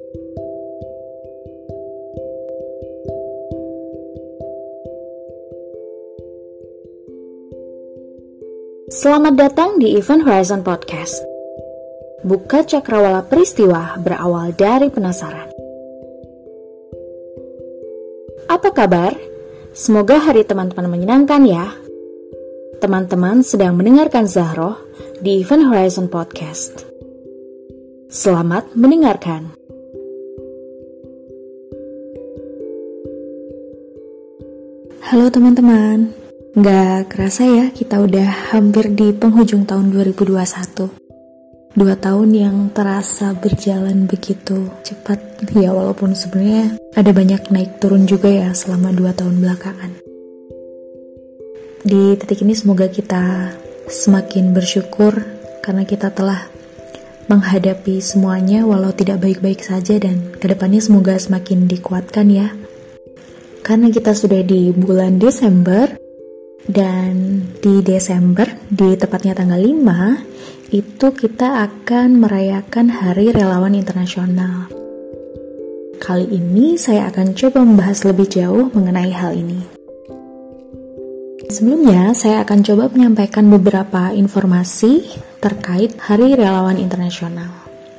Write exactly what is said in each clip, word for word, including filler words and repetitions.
Selamat datang di Event Horizon Podcast. Buka cakrawala peristiwa berawal dari penasaran. Apa kabar? Semoga hari teman-teman menyenangkan ya. Teman-teman sedang mendengarkan Zahroh di Event Horizon Podcast. Selamat mendengarkan. Halo teman-teman. Nggak kerasa ya, kita udah hampir di penghujung tahun dua ribu dua puluh satu. Dua tahun yang terasa berjalan begitu cepat. Ya walaupun sebenarnya ada banyak naik turun juga ya selama dua tahun belakangan. Di titik ini semoga kita semakin bersyukur karena kita telah menghadapi semuanya walau tidak baik-baik saja, dan kedepannya semoga semakin dikuatkan ya. Karena kita sudah di bulan Desember, dan di Desember, di tepatnya tanggal lima, itu kita akan merayakan Hari Relawan Internasional. Kali ini saya akan coba membahas lebih jauh mengenai hal ini. Sebelumnya, saya akan coba menyampaikan beberapa informasi terkait Hari Relawan Internasional.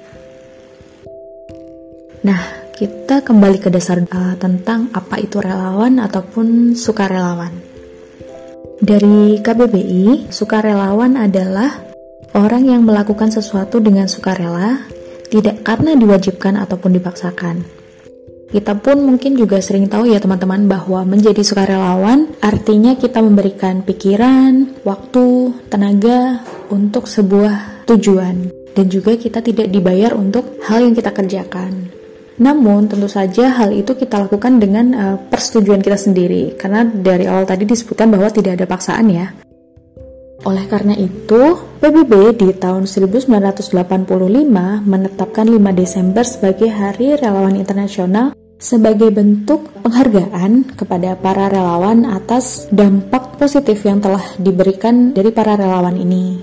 Nah, kita kembali ke dasar uh, tentang apa itu relawan ataupun sukarelawan. Dari K B B I, sukarelawan adalah orang yang melakukan sesuatu dengan sukarela, tidak karena diwajibkan ataupun dipaksakan. Kita pun mungkin juga sering tahu ya teman-teman bahwa menjadi sukarelawan artinya kita memberikan pikiran, waktu, tenaga untuk sebuah tujuan, dan juga kita tidak dibayar untuk hal yang kita kerjakan. Namun tentu saja hal itu kita lakukan dengan uh, persetujuan kita sendiri, karena dari awal tadi disebutkan bahwa tidak ada paksaan ya. Oleh karena itu, P B B di tahun seribu sembilan ratus delapan puluh lima menetapkan lima Desember sebagai Hari Relawan Internasional sebagai bentuk penghargaan kepada para relawan atas dampak positif yang telah diberikan dari para relawan ini.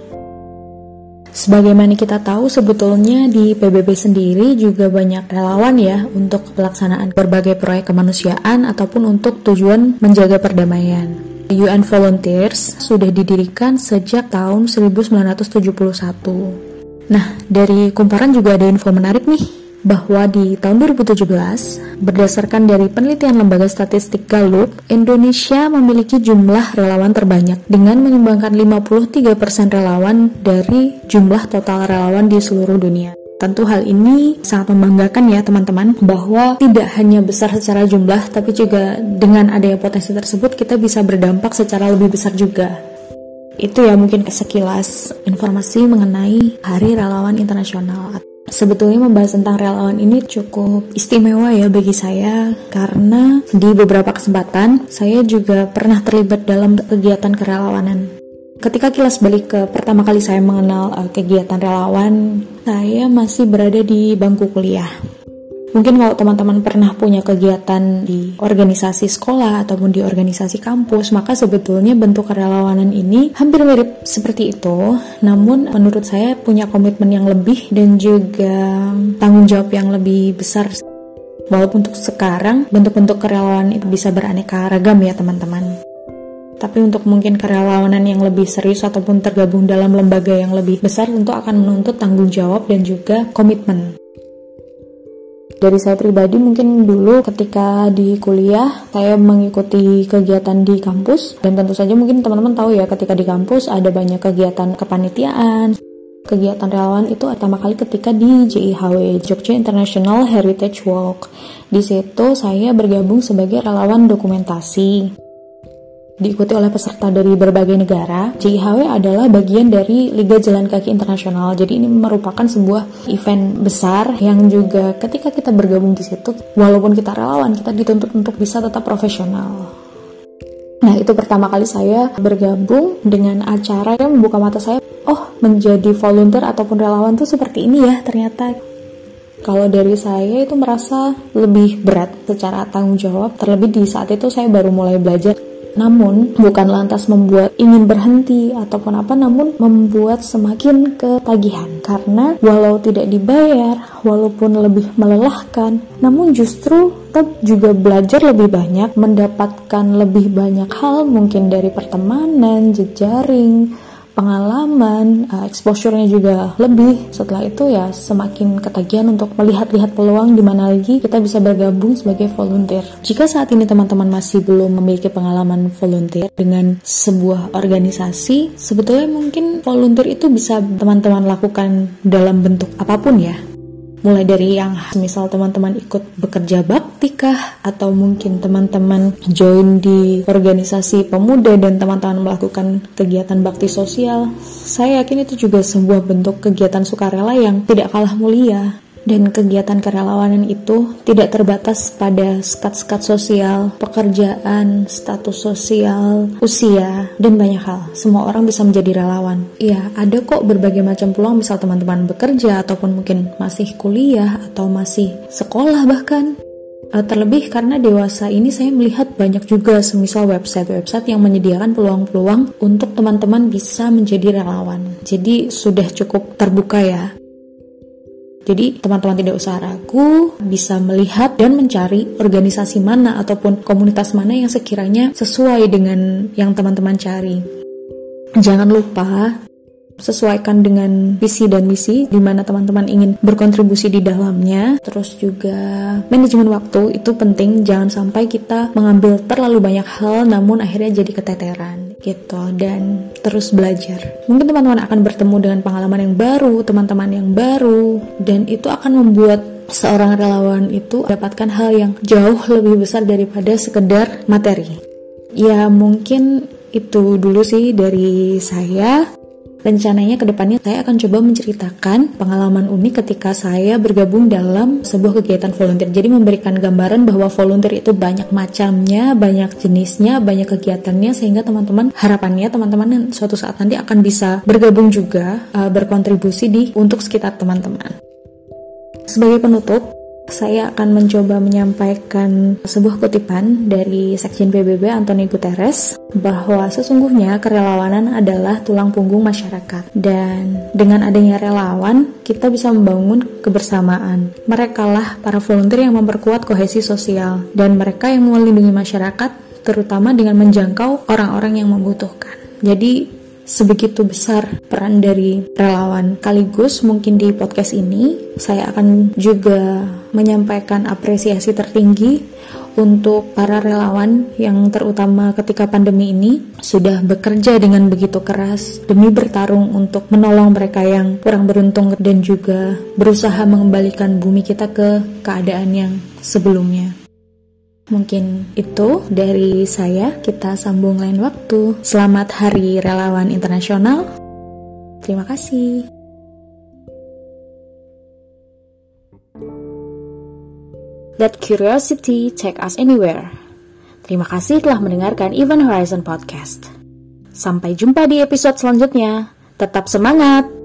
Sebagaimana kita tahu, sebetulnya di P B B sendiri juga banyak relawan ya untuk pelaksanaan berbagai proyek kemanusiaan ataupun untuk tujuan menjaga perdamaian. U N Volunteers sudah didirikan sejak tahun seribu sembilan ratus tujuh puluh satu. Nah, dari kumparan juga ada info menarik nih, bahwa di tahun dua ribu tujuh belas, berdasarkan dari penelitian lembaga statistik Gallup, Indonesia memiliki jumlah relawan terbanyak dengan menyumbangkan lima puluh tiga persen relawan dari jumlah total relawan di seluruh dunia. Tentu hal ini sangat membanggakan ya teman-teman, bahwa tidak hanya besar secara jumlah, tapi juga dengan adanya potensi tersebut kita bisa berdampak secara lebih besar juga. Itu ya mungkin sekilas informasi mengenai Hari Relawan Internasional. Sebetulnya membahas tentang relawan ini cukup istimewa ya bagi saya, karena di beberapa kesempatan saya juga pernah terlibat dalam kegiatan kerelawanan. Ketika kilas balik ke pertama kali saya mengenal uh, kegiatan relawan, saya masih berada di bangku kuliah. Mungkin kalau teman-teman pernah punya kegiatan di organisasi sekolah ataupun di organisasi kampus, maka sebetulnya bentuk kerelawanan ini hampir mirip seperti itu. Namun menurut saya punya komitmen yang lebih dan juga tanggung jawab yang lebih besar. Walaupun untuk sekarang bentuk-bentuk kerelawanan itu bisa beraneka ragam ya teman-teman. Tapi untuk mungkin kerelawanan yang lebih serius ataupun tergabung dalam lembaga yang lebih besar tentu akan menuntut tanggung jawab dan juga komitmen. Dari saya pribadi mungkin dulu ketika di kuliah saya mengikuti kegiatan di kampus, dan tentu saja mungkin teman-teman tahu ya ketika di kampus ada banyak kegiatan kepanitiaan. Kegiatan relawan itu pertama kali ketika di J I H W, Jogja International Heritage Walk. Di situ saya bergabung sebagai relawan dokumentasi. Diikuti oleh peserta dari berbagai negara. J I H W adalah bagian dari Liga Jalan Kaki Internasional. Jadi ini merupakan sebuah event besar yang juga ketika kita bergabung di situ, walaupun kita relawan, kita dituntut untuk bisa tetap profesional. Nah, itu pertama kali saya bergabung dengan acara yang membuka mata saya. Oh, menjadi volunteer ataupun relawan tuh seperti ini ya ternyata. Kalau dari saya itu merasa lebih berat secara tanggung jawab, terlebih di saat itu saya baru mulai belajar Namun bukan lantas membuat ingin berhenti ataupun apa, namun membuat semakin ketagihan. Karena walau tidak dibayar, walaupun lebih melelahkan, namun justru kita juga belajar lebih banyak, mendapatkan lebih banyak hal mungkin dari pertemanan, jejaring, pengalaman, uh, exposure-nya juga lebih. Setelah itu ya semakin ketagihan untuk melihat-lihat peluang di mana lagi kita bisa bergabung sebagai volunteer. Jika saat ini teman-teman masih belum memiliki pengalaman volunteer dengan sebuah organisasi, sebetulnya mungkin volunteer itu bisa teman-teman lakukan dalam bentuk apapun ya. Mulai dari yang misal teman-teman ikut bekerja bakti kah, atau mungkin teman-teman join di organisasi pemuda dan teman-teman melakukan kegiatan bakti sosial. Saya yakin itu juga sebuah bentuk kegiatan sukarela yang tidak kalah mulia. Dan kegiatan kerelawanan itu tidak terbatas pada sekat-sekat sosial, pekerjaan, status sosial, usia, dan banyak hal. Semua orang bisa menjadi relawan. Iya, ada kok berbagai macam peluang, misal teman-teman bekerja, ataupun mungkin masih kuliah, atau masih sekolah bahkan. Terlebih karena dewasa ini saya melihat banyak juga semisal website-website yang menyediakan peluang-peluang untuk teman-teman bisa menjadi relawan. Jadi sudah cukup terbuka ya. Jadi teman-teman tidak usah ragu, bisa melihat dan mencari organisasi mana ataupun komunitas mana yang sekiranya sesuai dengan yang teman-teman cari. Jangan lupa sesuaikan dengan visi dan misi di mana teman-teman ingin berkontribusi di dalamnya. Terus juga manajemen waktu itu penting, jangan sampai kita mengambil terlalu banyak hal namun akhirnya jadi keteteran gitu. Dan terus belajar. Mungkin teman-teman akan bertemu dengan pengalaman yang baru, teman-teman yang baru, dan itu akan membuat seorang relawan itu mendapatkan hal yang jauh lebih besar daripada sekedar materi. Ya mungkin itu dulu sih dari saya. Rencananya ke depannya saya akan coba menceritakan pengalaman unik ketika saya bergabung dalam sebuah kegiatan volunteer. Jadi memberikan gambaran bahwa volunteer itu banyak macamnya, banyak jenisnya, banyak kegiatannya, sehingga teman-teman, harapannya teman-teman suatu saat nanti akan bisa bergabung juga, uh, berkontribusi di untuk sekitar teman-teman. Sebagai penutup, saya akan mencoba menyampaikan sebuah kutipan dari Sekjen P B B Antonio Guterres bahwa sesungguhnya kerelawanan adalah tulang punggung masyarakat, dan dengan adanya relawan kita bisa membangun kebersamaan. Merekalah para volunteer yang memperkuat kohesi sosial, dan mereka yang melindungi masyarakat terutama dengan menjangkau orang-orang yang membutuhkan. Jadi sebegitu besar peran dari relawan. Sekaligus mungkin di podcast ini saya akan juga menyampaikan apresiasi tertinggi untuk para relawan yang terutama ketika pandemi ini sudah bekerja dengan begitu keras demi bertarung untuk menolong mereka yang kurang beruntung dan juga berusaha mengembalikan bumi kita ke keadaan yang sebelumnya. Mungkin itu dari saya, kita sambung lain waktu. Selamat Hari Relawan Internasional. Terima kasih. Let curiosity take us anywhere. Terima kasih telah mendengarkan Event Horizon Podcast. Sampai jumpa di episode selanjutnya. Tetap semangat!